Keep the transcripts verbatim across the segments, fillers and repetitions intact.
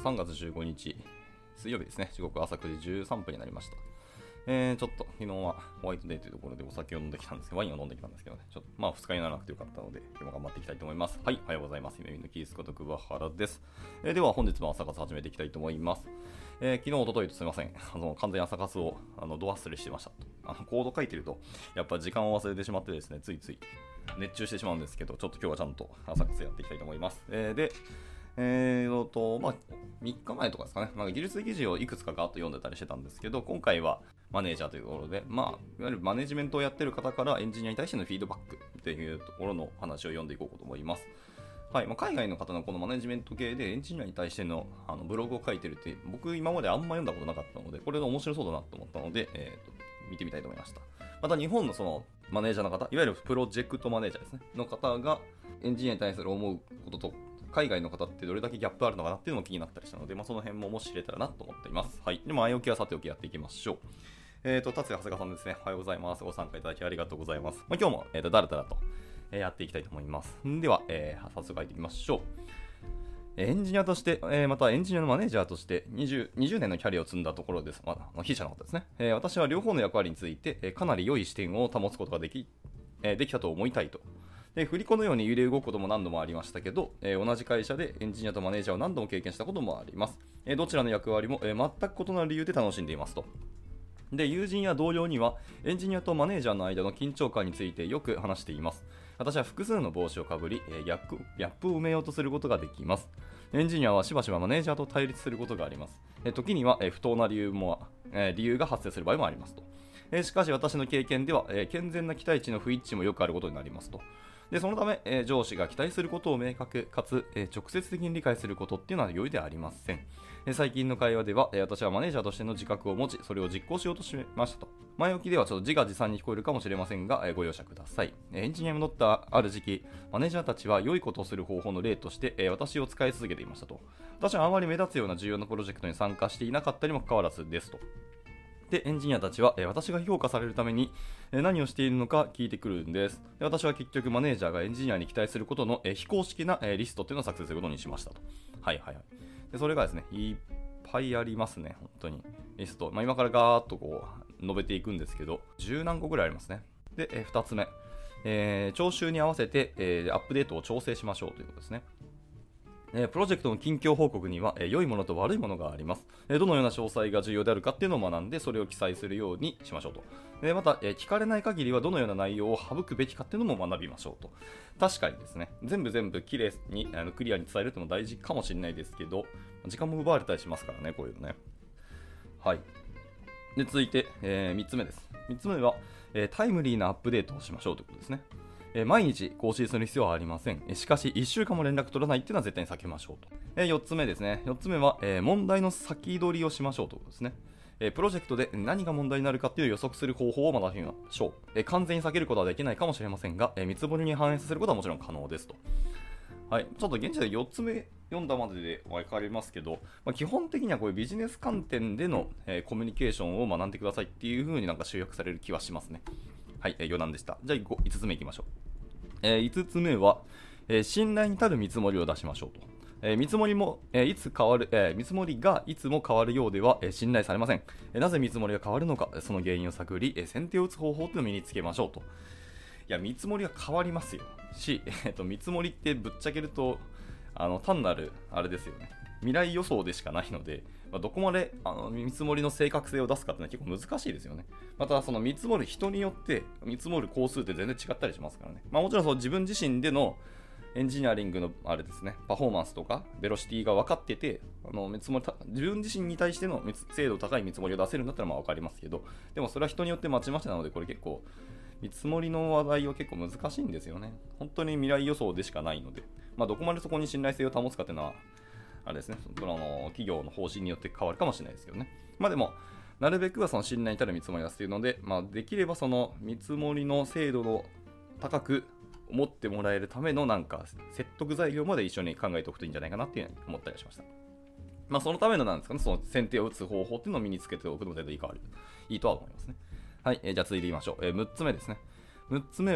さんがつじゅうごにち水曜日ですね。時刻朝くじじゅうさんぷんになりました。えー、ちょっと昨日はホワイトデーというところでお酒を飲んできたんですけど、ワインを飲んできたんですけどね、ちょっとまあふつかにならなくてよかったので、今日も頑張っていきたいと思います。はい、おはようございます。夢見のキースこと桑原です。えー、では本日も朝活始めていきたいと思います。えー、昨日、おとといとすみません。あの完全に朝活をあのド忘れしてましたと。あのコード書いてると、やっぱ時間を忘れてしまってですね、ついつい熱中してしまうんですけど、ちょっと今日はちゃんと朝活やっていきたいと思います。えー、で、えーと、まあ、みっかまえとかですかね、まあ、技術記事をいくつかガーッと読んでたりしてたんですけど、今回はマネージャーというところで、まあ、いわゆるマネジメントをやってる方からエンジニアに対してのフィードバックっていうところの話を読んでいこうと思います。はいまあ、海外の方のこのマネジメント系でエンジニアに対しての、あのブログを書いてるって、僕今まであんま読んだことなかったので、これが面白そうだなと思ったので、えーと見てみたいと思いました。また日本のそのマネージャーの方、いわゆるプロジェクトマネージャーですね、の方がエンジニアに対する思うことと、海外の方ってどれだけギャップあるのかなっていうのも気になったりしたので、まあ、その辺ももし知れたらなと思っています。はい。でも、前置きはさておきやっていきましょう。えっ、ー、と、達也長谷川さんですね。おはようございます。ご参加いただきありがとうございます。まあ、今日も、えーと、だらだらと、えー、やっていきたいと思います。では、えー、早速入っていきましょう。エンジニアとして、えー、またエンジニアのマネージャーとして 20, にじゅうねんのキャリアを積んだところです。まあ、弊社の方ですね。えー、私は両方の役割について、えー、かなり良い視点を保つことができ、えー、できたと思いたいと。で振り子のように揺れ動くことも何度もありましたけど、えー、同じ会社でエンジニアとマネージャーを何度も経験したこともあります。えー、どちらの役割も、えー、全く異なる理由で楽しんでいますと。で友人や同僚にはエンジニアとマネージャーの間の緊張感についてよく話しています。私は複数の帽子をかぶり、えー、ギャップ、ギャップを埋めようとすることができます。エンジニアはしばしばマネージャーと対立することがあります。えー、時には、えー、不当な理由も、えー、理由が発生する場合もありますと。えー、しかし私の経験では、えー、健全な期待値の不一致もよくあることになりますと。でそのため、えー、上司が期待することを明確かつ、えー、直接的に理解することっていうのは容易ではありません。えー、最近の会話では、えー、私はマネージャーとしての自覚を持ち、それを実行しようとしましたと。前置きではちょっと自画自賛に聞こえるかもしれませんが、えー、ご容赦ください。えー、エンジニアに戻ったある時期、マネージャーたちは良いことをする方法の例として、えー、私を使い続けていましたと。私はあまり目立つような重要なプロジェクトに参加していなかったにもかかわらずですと。でエンジニアたちは、えー、私が評価されるために、えー、何をしているのか聞いてくるんです。で私は結局マネージャーがエンジニアに期待することの、えー、非公式な、えー、リストっていうのを作成することにしましたと。はいはいはい。でそれがですね、いっぱいありますね、本当に。リスト。まあ、今からガーッとこう述べていくんですけど、十何個ぐらいありますね。で、えー、ふたつめ、えー、聴衆に合わせて、えー、アップデートを調整しましょうということですね。プロジェクトの近況報告には良いものと悪いものがあります。どのような詳細が重要であるかっていうのを学んで、それを記載するようにしましょうと。また、聞かれない限りはどのような内容を省くべきかっていうのも学びましょうと。確かにですね、全部全部きれいにあのクリアに伝えるっていうのも大事かもしれないですけど、時間も奪われたりしますからね、こういうのね。はい。で続いて、えー、みっつめです。みっつめは、えー、タイムリーなアップデートをしましょうということですね。毎日更新する必要はありません。しかしいっしゅうかんも連絡取らないっていうのは絶対に避けましょうと。よっつめですね。よっつめは問題の先取りをしましょうということですね。プロジェクトで何が問題になるかっていう予測する方法を学びましょう。完全に避けることはできないかもしれませんが、見積もりに反映させることはもちろん可能ですと。はい、ちょっと現地でよっつめ読んだまでで分かりますけど、まあ、基本的にはこういうビジネス観点での、えー、コミュニケーションを学んでくださいっていう風になんか集約される気はしますね。はい、えー、余談でした。じゃあいつつめいきましょう。えー、いつつめは、えー、信頼に足る見積もりを出しましょうと。えー、見積もりも、えー、いつ変わる、えー、見積もりがいつも変わるようでは、えー、信頼されません。えー、なぜ見積もりが変わるのか、その原因を探り、えー、先手を打つ方法というのを身につけましょうと。いや、見積もりは変わりますよ。し、えー、と見積もりってぶっちゃけると、あの単なるあれですよね。未来予想でしかないので、まあ、どこまであの見積もりの正確性を出すかっていうのは結構難しいですよね。またその見積もる人によって見積もる工数って全然違ったりしますからね。まあ、もちろんその自分自身でのエンジニアリングのあれですね、パフォーマンスとかベロシティが分かってて、あの見積もり自分自身に対しての精度高い見積もりを出せるんだったらまあ分かりますけど、でもそれは人によってまちまちなので、これ結構見積もりの話題は結構難しいんですよね。本当に未来予想でしかないので、まあ、どこまでそこに信頼性を保つかっていうのはあれですね、その企業の方針によって変わるかもしれないですけどね。まあでも、なるべくはその信頼に至る見積もりを出すというので、まあ、できればその見積もりの精度の高く思ってもらえるためのなんか説得材料まで一緒に考えておくといいんじゃないかなっていうふうに思ったりしました。まあそのためのなんですかね、その先手を打つ方法っていうのを身につけておくのも全然いいかいいとは思いますね。はい、えー、じゃあ続いていきましょう。えー、むっつめですね。むっつめは、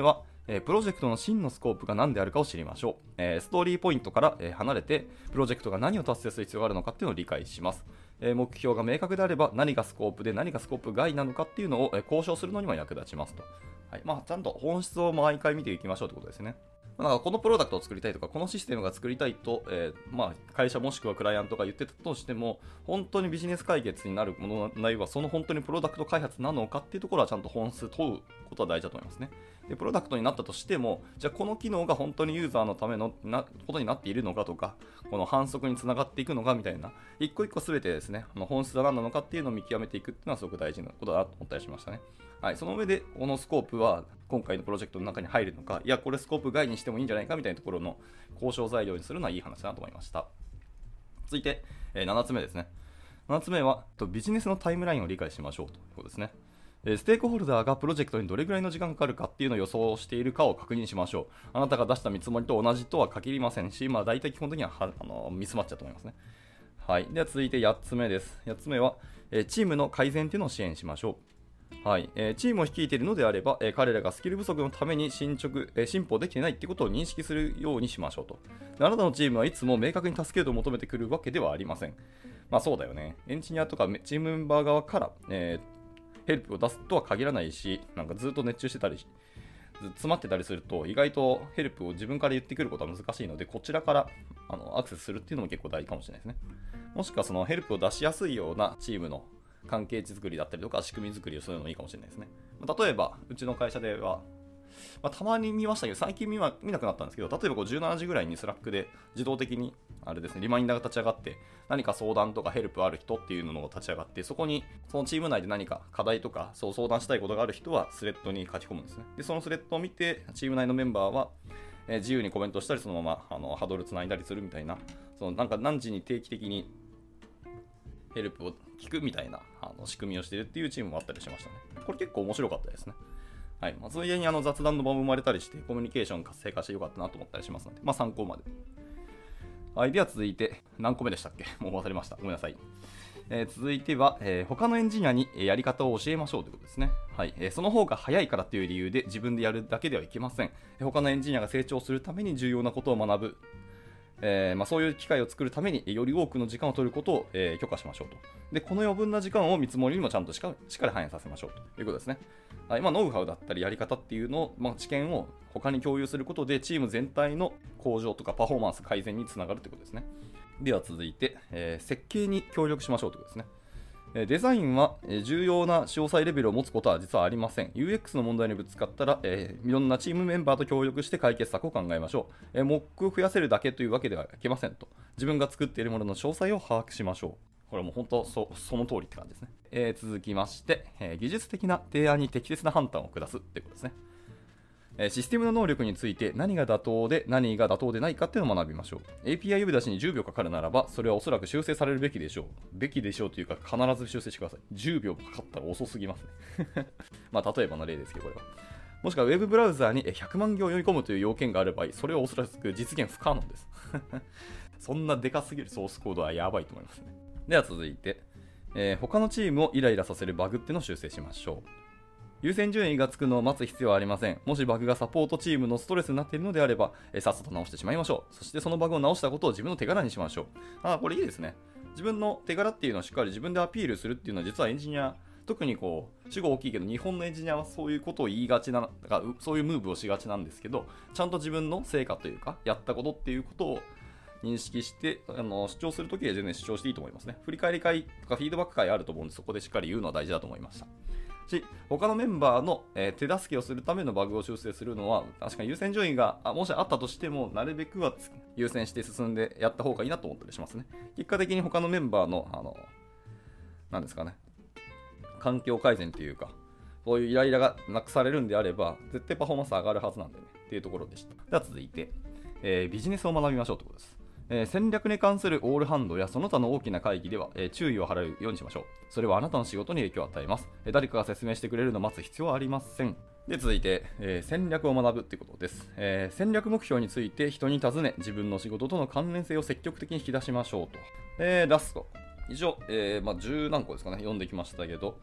えープロジェクトの真のスコープが何であるかを知りましょう。えーストーリーポイントから、えー離れて、プロジェクトが何を達成する必要があるのかっていうのを理解します。えー目標が明確であれば、何がスコープで何がスコープ外なのかっていうのを、えー交渉するのにも役立ちますと。はい、まあ、ちゃんと本質を毎回見ていきましょうってことですね。だからこのプロダクトを作りたいとか、このシステムが作りたいと、えーまあ、会社もしくはクライアントが言ってたとしても、本当にビジネス解決になるものないは、その本当にプロダクト開発なのかっていうところはちゃんと本質問うことは大事だと思いますね。で、プロダクトになったとしても、じゃあこの機能が本当にユーザーのためのなことになっているのかとか、この反則につながっていくのかみたいな、一個一個全てですね、あの本質は何なのかっていうのを見極めていくっていうのはすごく大事なことだなと思ったりしましたね。はい、その上で、このスコープは今回のプロジェクトの中に入るのか、いや、これスコープ外にしてもいいんじゃないかみたいなところの交渉材料にするのはいい話だなと思いました。続いて、えー、ななつめですね。ななつめは、ビジネスのタイムラインを理解しましょうということですね。ステークホルダーがプロジェクトにどれぐらいの時間かかるかっていうのを予想しているかを確認しましょう。あなたが出した見積もりと同じとは限りませんし、まあ、大体基本的にははあのミスマッチだと思いますね。はい。では続いてやっつめです。やっつめは、えー、チームの改善というのを支援しましょう。はいえー、チームを率いているのであれば、えー、彼らがスキル不足のために進捗、えー、進歩できていないということを認識するようにしましょうと。あなたのチームはいつも明確に助けを求めてくるわけではありません。まあそうだよね。エンジニアとかチームメンバー側から、えー、ヘルプを出すとは限らないし、なんかずっと熱中してたり、詰まってたりすると、意外とヘルプを自分から言ってくることは難しいので、こちらからあのアクセスするっていうのも結構大事かもしれないですね。もしくはそのヘルプを出しやすいようなチームの関係値作りだったりとか仕組み作りをするのもいいかもしれないですね。例えば、うちの会社では、まあ、たまに見ましたけど、最近見, 見なくなったんですけど、例えばこうじゅうしちじぐらいにスラックで自動的にあれですね、リマインダーが立ち上がって、何か相談とかヘルプある人っていうのが立ち上がって、そこにそのチーム内で何か課題とかそう相談したいことがある人はスレッドに書き込むんですね。で、そのスレッドを見て、チーム内のメンバーは、えー、自由にコメントしたり、そのままあのハードルつないだりするみたいな、そのなんか何時に定期的にヘルプを聞くみたいなあの仕組みをしているっていうチームもあったりしましたね。これ結構面白かったですね。はい。まあ、それにあの雑談の場も生まれたりして、コミュニケーション活性化してよかったなと思ったりしますので、まあ参考まで。はい。では続いて、何個目でしたっけ？もう忘れました。ごめんなさい。えー、続いては、えー、他のエンジニアにやり方を教えましょうということですね。はい。えー、その方が早いからという理由で自分でやるだけではいけません。他のエンジニアが成長するために重要なことを学ぶ。えーまあ、そういう機会を作るためにより多くの時間を取ることを、えー、許可しましょうと。で、この余分な時間を見積もりにもちゃんとしっかり、しっかり反映させましょうということですね。はいまあ、ノウハウだったりやり方っていうのを、まあ、知見を他に共有することでチーム全体の向上とかパフォーマンス改善につながるということですね。では続いて、えー、設計に協力しましょうということですね。デザインは重要な詳細レベルを持つことは実はありません。ユーエックス の問題にぶつかったら、えー、いろんなチームメンバーと協力して解決策を考えましょう。えー、モックを増やせるだけというわけではいけませんと。自分が作っているものの詳細を把握しましょう。これはもう本当 そ, その通りって感じですね。えー、続きまして、えー、技術的な提案に適切な判断を下すということですね。システムの能力について何が妥当で何が妥当でないかっていうのを学びましょう。エーピーアイ 呼び出しにじゅうびょうかかるならば、それはおそらく修正されるべきでしょう。べきでしょうというか、必ず修正してください。じゅうびょうかかったら遅すぎますね。まあ、例えばの例ですけど、これは。もしくは Web ブラウザーにひゃくまんぎょう読み込むという要件がある場合、それはおそらく実現不可能です。そんなでかすぎるソースコードはやばいと思いますね。では続いて、えー、他のチームをイライラさせるバグっていうのを修正しましょう。優先順位がつくのを待つ必要はありません。もしバグがサポートチームのストレスになっているのであれば、えさっさと直してしまいましょう。そしてそのバグを直したことを自分の手柄にしましょう。あ、これいいですね。自分の手柄っていうのをしっかり自分でアピールするっていうのは実はエンジニア、特にこう、主語大きいけど日本のエンジニアはそういうことを言いがちな、だからそういうムーブをしがちなんですけど、ちゃんと自分の成果というか、やったことっていうことを認識してあの主張するときは全然主張していいと思いますね。振り返り会とかフィードバック会あると思うんで、そこでしっかり言うのは大事だと思いました。し他のメンバーの、えー、手助けをするためのバグを修正するのは確かに優先順位があもしあったとしてもなるべくは優先して進んでやった方がいいなと思ったりしますね。結果的に他のメンバーのあの何ですかね環境改善というかそういうイライラがなくされるんであれば絶対パフォーマンス上がるはずなんでねっていうところでした。では続いて、えー、ビジネスを学びましょうということです。えー、戦略に関するオールハンドやその他の大きな会議では、えー、注意を払うようにしましょう。それはあなたの仕事に影響を与えます。えー、誰かが説明してくれるのを待つ必要はありません。で続いて、えー、戦略を学ぶということです、えー。戦略目標について人に尋ね、自分の仕事との関連性を積極的に引き出しましょうと。えー、ラスト。以上、えーまあ、じゅう何個ですかね、読んできましたけど、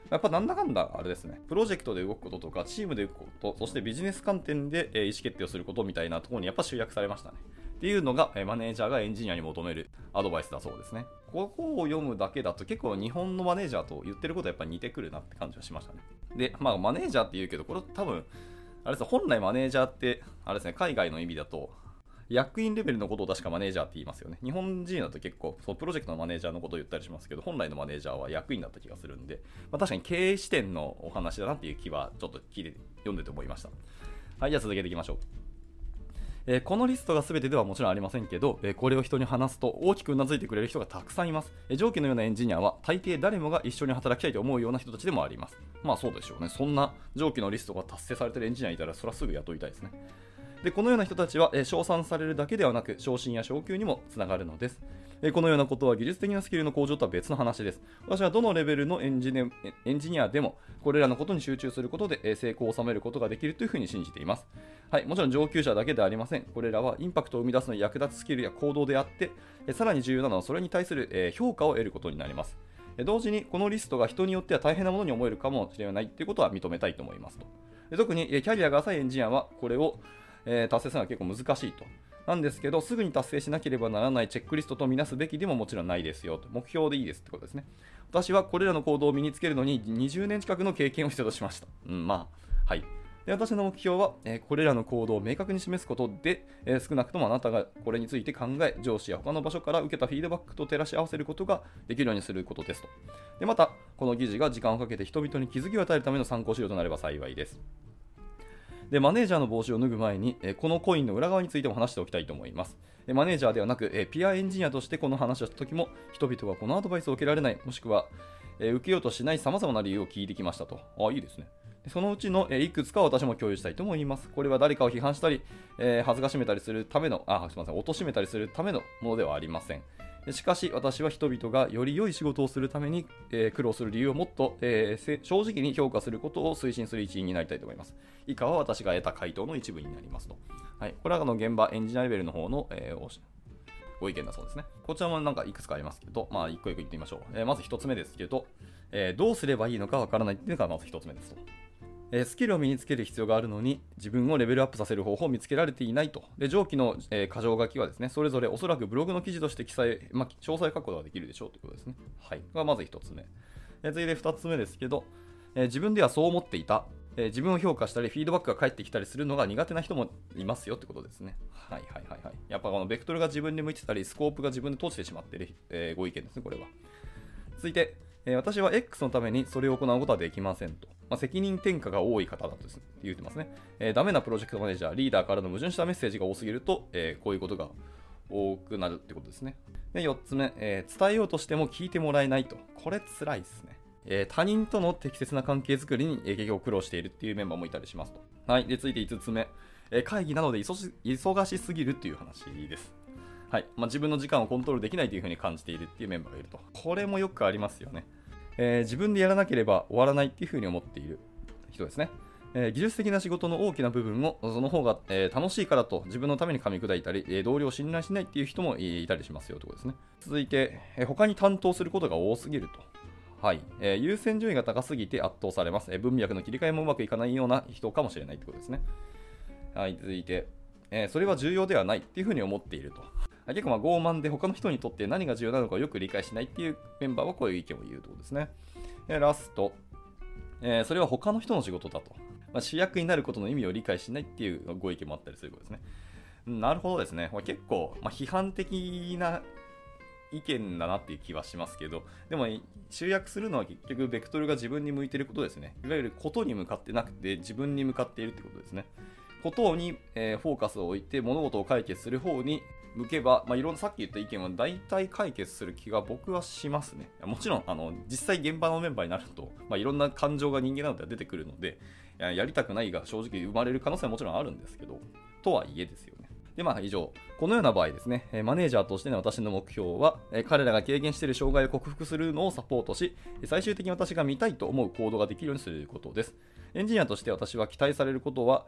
やっぱなんだかんだあれですね、プロジェクトで動くこととか、チームで動くこと、そしてビジネス観点で意思決定をすることみたいなところにやっぱ集約されましたね。っていうのが、マネージャーがエンジニアに求めるアドバイスだそうですね。ここを読むだけだと結構日本のマネージャーと言ってることはやっぱり似てくるなって感じはしましたね。で、まあマネージャーって言うけど、これ多分、あれですね、本来マネージャーって、あれですね、海外の意味だと、役員レベルのことを確かマネージャーって言いますよね。日本人だと結構、そうプロジェクトのマネージャーのことを言ったりしますけど、本来のマネージャーは役員だった気がするんで、まあ、確かに経営視点のお話だなっていう気はちょっと聞いて読んでて思いました。はい、じゃあ続けていきましょう。えー、このリストが全てではもちろんありませんけど、えー、これを人に話すと大きくうなずいてくれる人がたくさんいます。えー、上記のようなエンジニアは大抵誰もが一緒に働きたいと思うような人たちでもあります。まあそうでしょうね。そんな上記のリストが達成されているエンジニアいたらそれはすぐ雇いたいですね。でこのような人たちは、えー、称賛されるだけではなく昇進や昇給にもつながるのです。えー、このようなことは技術的なスキルの向上とは別の話です。私はどのレベルのエンジニア、エンジニアでもこれらのことに集中することで、えー、成功を収めることができるというふうに信じています。はい、もちろん上級者だけではありません。これらはインパクトを生み出すのに役立つスキルや行動であって、えー、さらに重要なのはそれに対する、えー、評価を得ることになります。えー、同時にこのリストが人によっては大変なものに思えるかもしれないということは認めたいと思いますと。で特に、えー、キャリアが浅いエンジニアはこれをえー、達成するのは結構難しいと。なんですけど、すぐに達成しなければならないチェックリストとみなすべきでももちろんないですよと。目標でいいですってことですね。私はこれらの行動を身につけるのににじゅうねん近くの経験を必要としました。うん、まあ、はい。で私の目標は、えー、これらの行動を明確に示すことで、えー、少なくともあなたがこれについて考え、上司や他の場所から受けたフィードバックと照らし合わせることができるようにすることですと。でまた、この記事が時間をかけて人々に気づきを与えるための参考資料となれば幸いです。でマネージャーの帽子を脱ぐ前に、えこのコインの裏側についても話しておきたいと思います。マネージャーではなく、えピアエンジニアとしてこの話をしたときも、人々がこのアドバイスを受けられない、もしくは、え受けようとしない様々な理由を聞いてきましたと。あ、いいですね。そのうちの、えいくつかを私も共有したいと思います。これは誰かを批判したり、えー、恥ずかしめたりするための、あ、すみません、貶めたりするためのものではありません。しかし私は人々がより良い仕事をするために、えー、苦労する理由をもっと、えー、正直に評価することを推進する一員になりたいと思います。以下は私が得た回答の一部になりますと。はい、これはあの現場エンジニアレベルの方の、えー、ご意見だそうですね。こちらもなんかいくつかありますけど、まあ一個一個言ってみましょう。えー、まず一つ目ですけど、えー、どうすればいいのかわからないっていうのがまず一つ目ですと。スキルを身につける必要があるのに自分をレベルアップさせる方法を見つけられていないと。で上記の、えー、箇条書きはですね、それぞれおそらくブログの記事として記載、まあ、詳細書くことができるでしょうということですね。はい。これがまずひとつめ。えー、続いてふたつめですけど、えー、自分ではそう思っていた、えー。自分を評価したり、フィードバックが返ってきたりするのが苦手な人もいますよということですね。はいはいはいはい。やっぱこのベクトルが自分で向いてたり、スコープが自分で閉じてしまっている、えー、ご意見ですね、これは。続いて、私は X のためにそれを行うことはできませんと。まあ、責任転嫁が多い方だと言ってますね。えー、ダメなプロジェクトマネージャー、リーダーからの矛盾したメッセージが多すぎると、えー、こういうことが多くなるってことですね。でよっつめ、えー、伝えようとしても聞いてもらえないと。これ辛いですね。えー、他人との適切な関係づくりに、えー、結局苦労しているっていうメンバーもいたりしますと。はい。で、続いていつつめ、えー、会議などで忙し、忙しすぎるっていう話です。はいまあ、自分の時間をコントロールできないというふうに感じているっていうメンバーがいると。これもよくありますよね。えー、自分でやらなければ終わらないっていうふうに思っている人ですね。えー、技術的な仕事の大きな部分をその方が、えー、楽しいからと自分のために噛み砕いたり、えー、同僚を信頼しないっていう人もいたりしますよということですね。続いて、えー、他に担当することが多すぎると。はいえー、優先順位が高すぎて圧倒されます。えー、文脈の切り替えもうまくいかないような人かもしれないということですね。はい、続いて、えー、それは重要ではないっていうふうに思っていると。結構まあ傲慢で他の人にとって何が重要なのかをよく理解しないっていうメンバーはこういう意見を言うということですね。ラスト、えー、それは他の人の仕事だと。まあ、主役になることの意味を理解しないっていうご意見もあったりすることですね。なるほどですね。これ結構、まあ、批判的な意見だなっていう気はしますけど、でも集約するのは結局ベクトルが自分に向いていることですね。いわゆることに向かってなくて自分に向かっているってことですね。ことに、えー、フォーカスを置いて物事を解決する方に向けば、まあ、いろんなさっき言った意見は大体解決する気が僕はしますね。もちろんあの実際現場のメンバーになると、まあ、いろんな感情が人間なので出てくるので、やりたくないが正直生まれる可能性はもちろんあるんですけど、とはいえですよね。でまあ以上、このような場合ですね、マネージャーとしての私の目標は、彼らが経験している障害を克服するのをサポートし、最終的に私が見たいと思う行動ができるようにすることです。エンジニアとして私は期待されることは、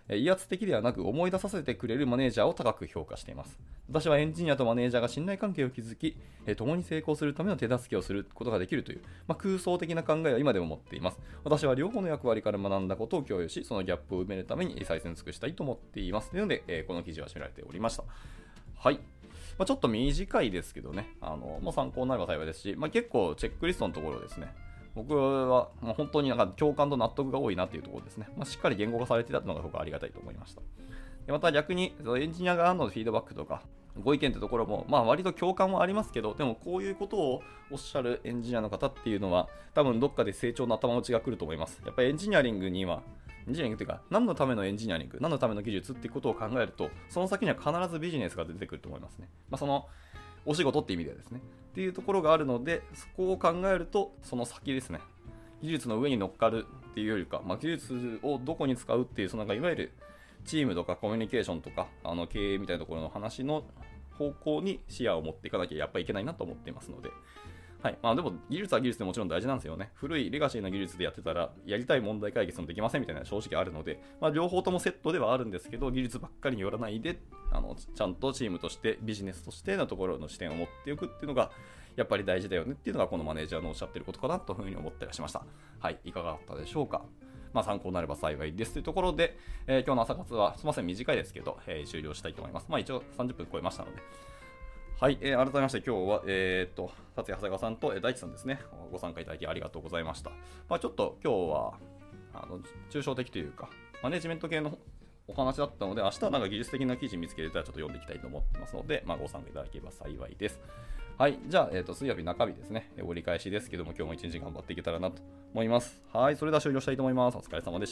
威圧的ではなく思い出させてくれるマネージャーを高く評価しています。私はエンジニアとマネージャーが信頼関係を築き、共に成功するための手助けをすることができるという、まあ、空想的な考えを今でも持っています。私は両方の役割から学んだことを共有し、そのギャップを埋めるために最善尽くしたいと思っています。というので、えー、この記事は締められておりました。はい。まあ、ちょっと短いですけどね、あのまあ、参考になれば幸いですし、まあ、結構チェックリストのところですね、僕はもう本当になんか共感と納得が多いなというところですね。まあ、しっかり言語化されていたのが僕はありがたいと思いました。でまた逆にエンジニア側のフィードバックとかご意見というところも、まあ、割と共感もありますけど、でもこういうことをおっしゃるエンジニアの方っていうのは多分どっかで成長の頭打ちが来ると思います。やっぱりエンジニアリングにはエンジニアリングというか何のためのエンジニアリング、何のための技術っていうことを考えると、その先には必ずビジネスが出てくると思いますね。まあ、そのお仕事っていう意味ではですねっていうところがあるので、そこを考えるとその先ですね、技術の上に乗っかるっていうよりか、まあ、技術をどこに使うっていう、そのなんかいわゆるチームとかコミュニケーションとかあの経営みたいなところの話の方向に視野を持っていかなきゃやっぱりいけないなと思っていますので、はい。まあでも技術は技術でもちろん大事なんですよね。古いレガシーな技術でやってたらやりたい問題解決もできませんみたいな正直あるので、まあ、両方ともセットではあるんですけど、技術ばっかりによらないで、あのちゃんとチームとしてビジネスとしてのところの視点を持っておくっていうのがやっぱり大事だよねっていうのがこのマネージャーのおっしゃってることかなというふうに思ったりしました。はい。いかがだったでしょうか。まあ、参考になれば幸いですというところで、えー、今日の朝活はすみません短いですけど、えー、終了したいと思います。まあ一応さんじゅっぷん超えましたので。はい、えー、改めまして今日は、えー、と達也長谷川さんと、えー、大地さんですね、ご参加いただきありがとうございました。まあ、ちょっと今日はあの抽象的というかマネジメント系のお話だったので、明日はなんか技術的な記事見つけれたらちょっと読んでいきたいと思ってますので、まあ、ご参加いただければ幸いです。はい、じゃあ、えー、と水曜日中日ですね、折り返しですけども、今日も一日頑張っていけたらなと思います。はい、それでは終了したいと思います。お疲れ様でした。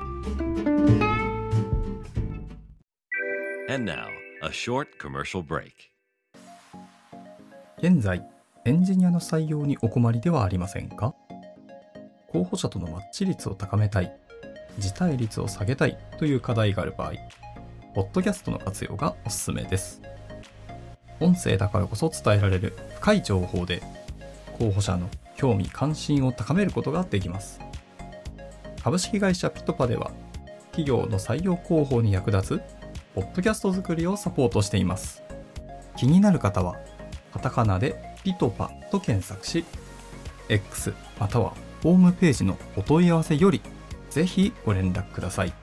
And now, a short commercial break. 現在、エンジニアの採用にお困りではありませんか？候補者とのマッチ率を高めたい、辞退率を下げたいという課題がある場合、ポッドキャストの活用がおすすめです。音声だからこそ伝えられる深い情報で、候補者の興味関心を高めることができます。株式会社ピトパでは、企業の採用広報に役立つポッドキャスト作りをサポートしています。気になる方は、カタカナでピトパと検索し、X またはホームページのお問い合わせよりぜひご連絡ください。